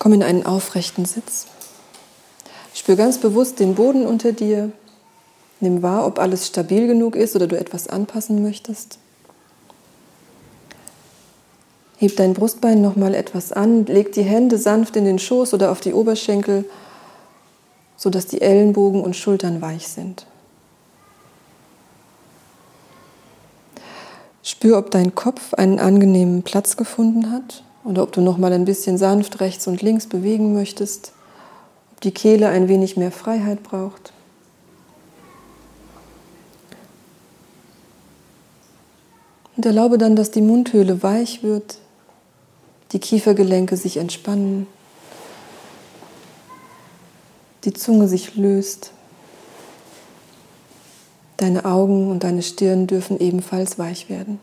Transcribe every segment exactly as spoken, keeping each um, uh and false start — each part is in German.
Komm in einen aufrechten Sitz. Spür ganz bewusst den Boden unter dir. Nimm wahr, ob alles stabil genug ist oder du etwas anpassen möchtest. Heb dein Brustbein nochmal etwas an, leg die Hände sanft in den Schoß oder auf die Oberschenkel, sodass die Ellenbogen und Schultern weich sind. Spür, ob dein Kopf einen angenehmen Platz gefunden hat oder ob du nochmal ein bisschen sanft rechts und links bewegen möchtest, ob die Kehle ein wenig mehr Freiheit braucht. Und erlaube dann, dass die Mundhöhle weich wird, die Kiefergelenke sich entspannen, die Zunge sich löst. Deine Augen und deine Stirn dürfen ebenfalls weich werden.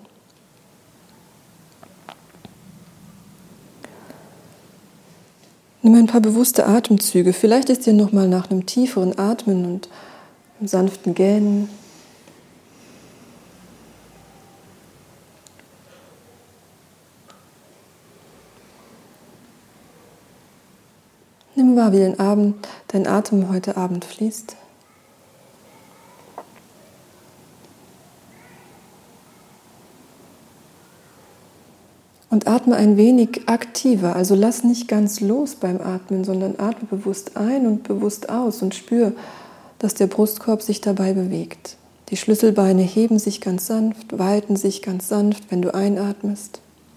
Nimm ein paar bewusste Atemzüge. Vielleicht ist dir nochmal nach einem tieferen Atmen und einem sanften Gähnen. Nimm wahr, wie dein, Abend, dein Atem heute Abend fließt. Und atme ein wenig aktiver, also lass nicht ganz los beim Atmen, sondern atme bewusst ein und bewusst aus und spür, dass der Brustkorb sich dabei bewegt. Die Schlüsselbeine heben sich ganz sanft, weiten sich ganz sanft, wenn du einatmest.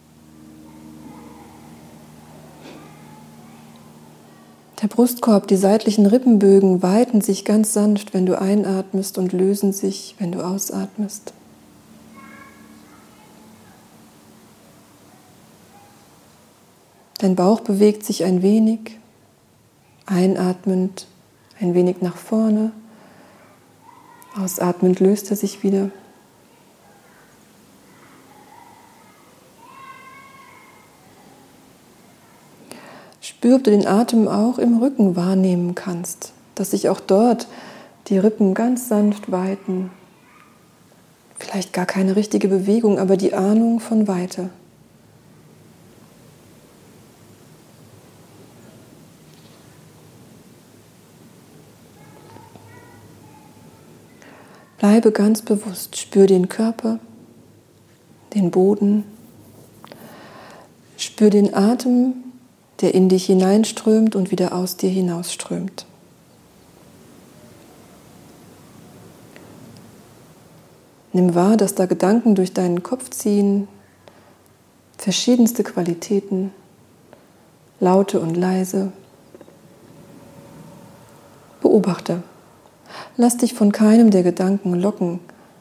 Der Brustkorb, die seitlichen Rippenbögen weiten sich ganz sanft, wenn du einatmest und lösen sich, wenn du ausatmest. Dein Bauch bewegt sich ein wenig, einatmend ein wenig nach vorne, ausatmend löst er sich wieder. Spür, ob du den Atem auch im Rücken wahrnehmen kannst, dass sich auch dort die Rippen ganz sanft weiten. Vielleicht gar keine richtige Bewegung, aber die Ahnung von Weite. Bleibe ganz bewusst, spür den Körper, den Boden, spür den Atem, der in dich hineinströmt und wieder aus dir hinausströmt. Nimm wahr, dass da Gedanken durch deinen Kopf ziehen, verschiedenste Qualitäten, laute und leise. Beobachte. Lass dich von keinem der Gedanken locken,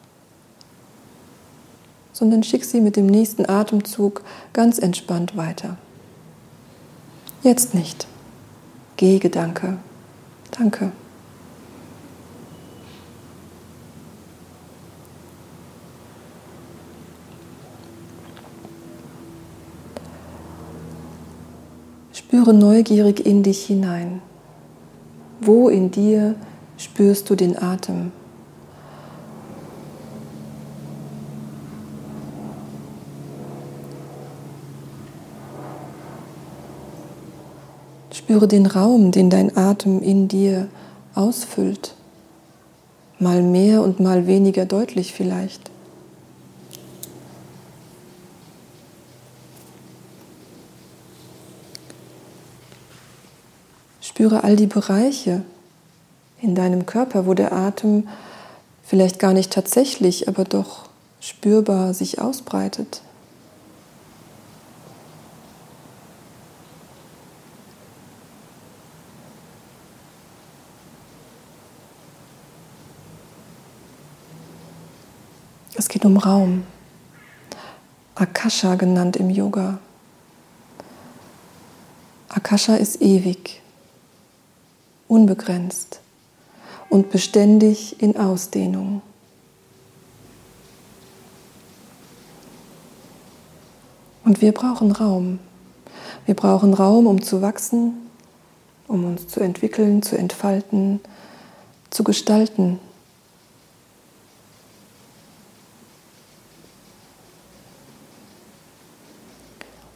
sondern schick sie mit dem nächsten Atemzug ganz entspannt weiter. Jetzt nicht. Geh, Gedanke. Danke. Spüre neugierig in dich hinein. Wo in dir spürst du den Atem? Spüre den Raum, den dein Atem in dir ausfüllt. Mal mehr und mal weniger deutlich vielleicht. Spüre all die Bereiche in deinem Körper, wo der Atem vielleicht gar nicht tatsächlich, aber doch spürbar sich ausbreitet. Es geht um Raum, Akasha genannt im Yoga. Akasha ist ewig, unbegrenzt und beständig in Ausdehnung. Und wir brauchen Raum. Wir brauchen Raum, um zu wachsen, um uns zu entwickeln, zu entfalten, zu gestalten.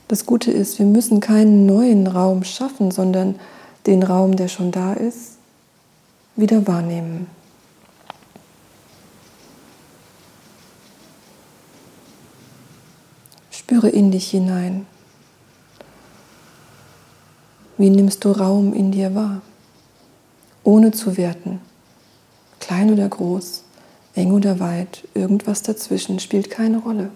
Das Gute ist, wir müssen keinen neuen Raum schaffen, sondern den Raum, der schon da ist, wieder wahrnehmen. Spüre in dich hinein. Wie nimmst du Raum in dir wahr? Ohne zu werten. Klein oder groß, eng oder weit, irgendwas dazwischen spielt keine Rolle.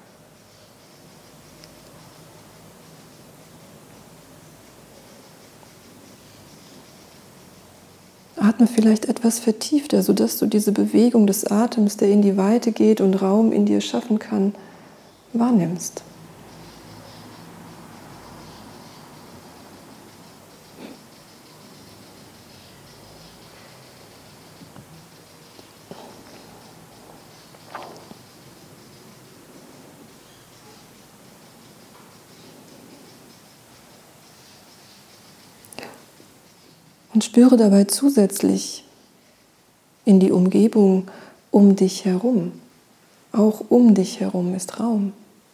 Atme vielleicht etwas vertiefter, sodass du diese Bewegung des Atems, der in die Weite geht und Raum in dir schaffen kann, wahrnimmst. Und spüre dabei zusätzlich in die Umgebung um dich herum. Auch um dich herum ist Raum.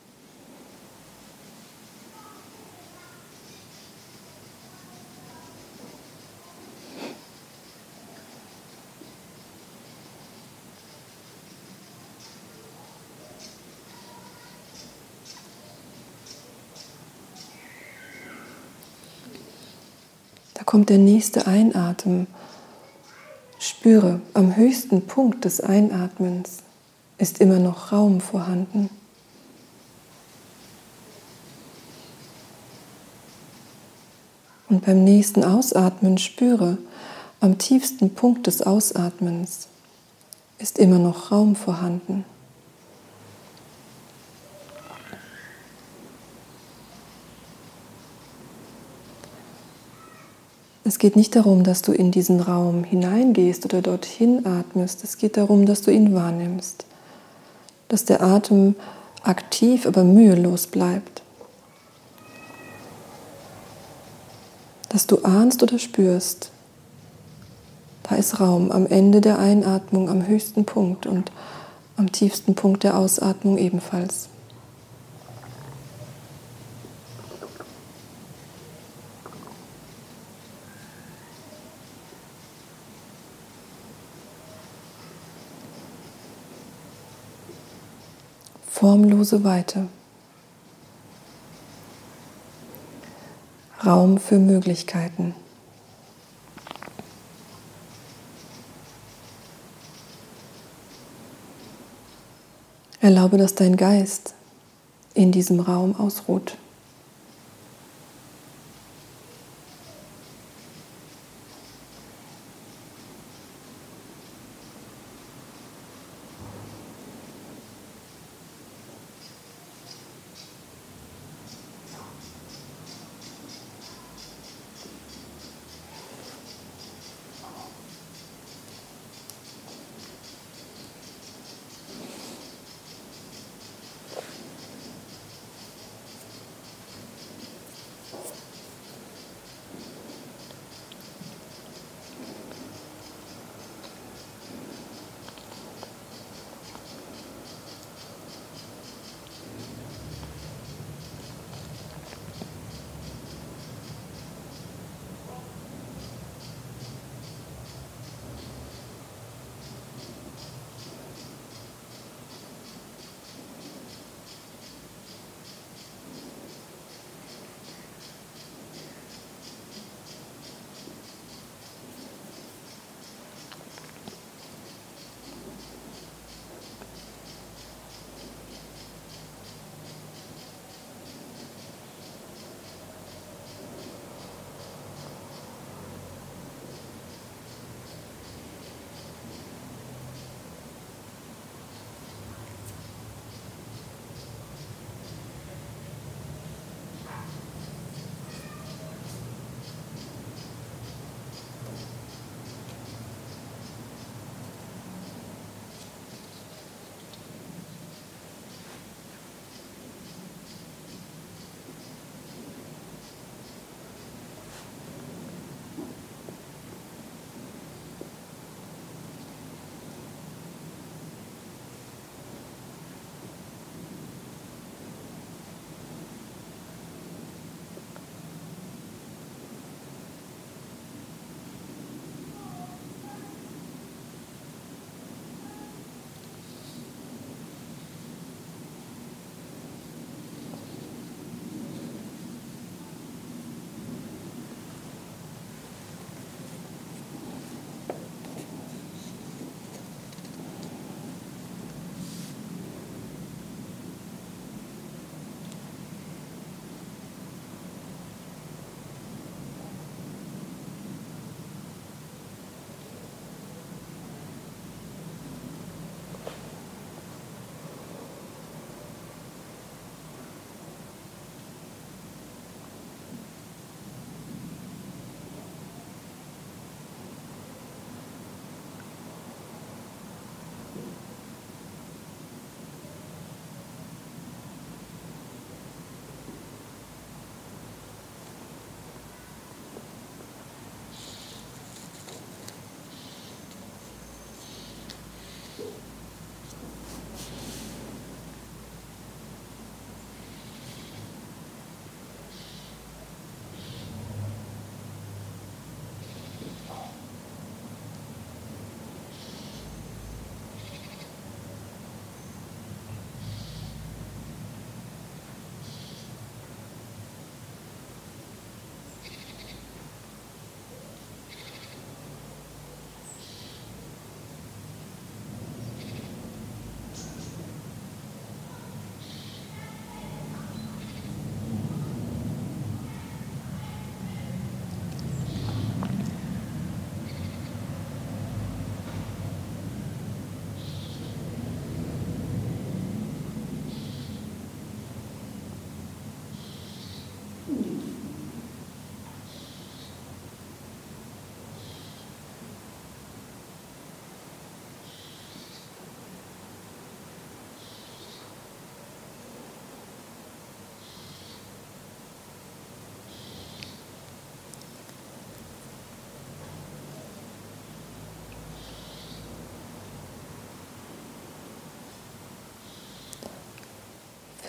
Da kommt der nächste Einatmen. Spüre, am höchsten Punkt des Einatmens ist immer noch Raum vorhanden. Und beim nächsten Ausatmen spüre, am tiefsten Punkt des Ausatmens ist immer noch Raum vorhanden. Es geht nicht darum, dass du in diesen Raum hineingehst oder dorthin atmest. Es geht darum, dass du ihn wahrnimmst. Dass der Atem aktiv, aber mühelos bleibt. Dass du ahnst oder spürst, da ist Raum am Ende der Einatmung am höchsten Punkt und am tiefsten Punkt der Ausatmung ebenfalls. Formlose Weite. Raum für Möglichkeiten. Erlaube, dass dein Geist in diesem Raum ausruht.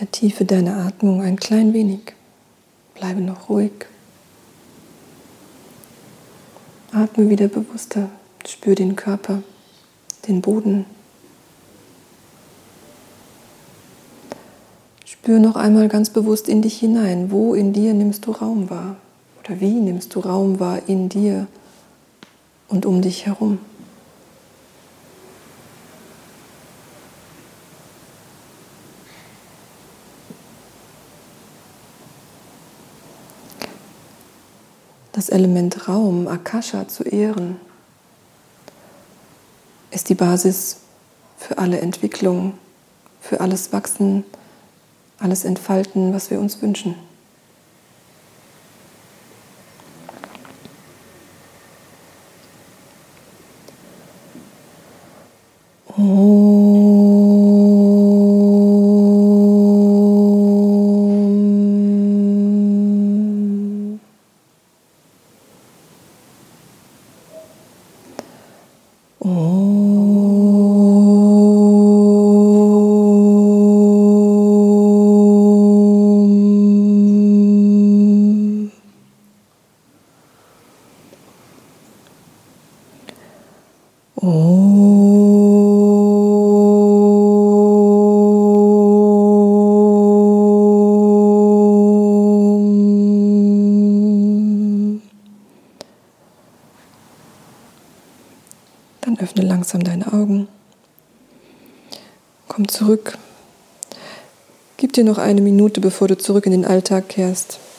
Vertiefe deine Atmung ein klein wenig. Bleibe noch ruhig. Atme wieder bewusster. Spür den Körper, den Boden. Spür noch einmal ganz bewusst in dich hinein. Wo in dir nimmst du Raum wahr? Oder wie nimmst du Raum wahr in dir und um dich herum? Das Element Raum, Akasha, zu ehren, ist die Basis für alle Entwicklung, für alles Wachsen, alles Entfalten, was wir uns wünschen. Dann öffne langsam deine Augen. Komm zurück. Gib dir noch eine Minute, bevor du zurück in den Alltag kehrst.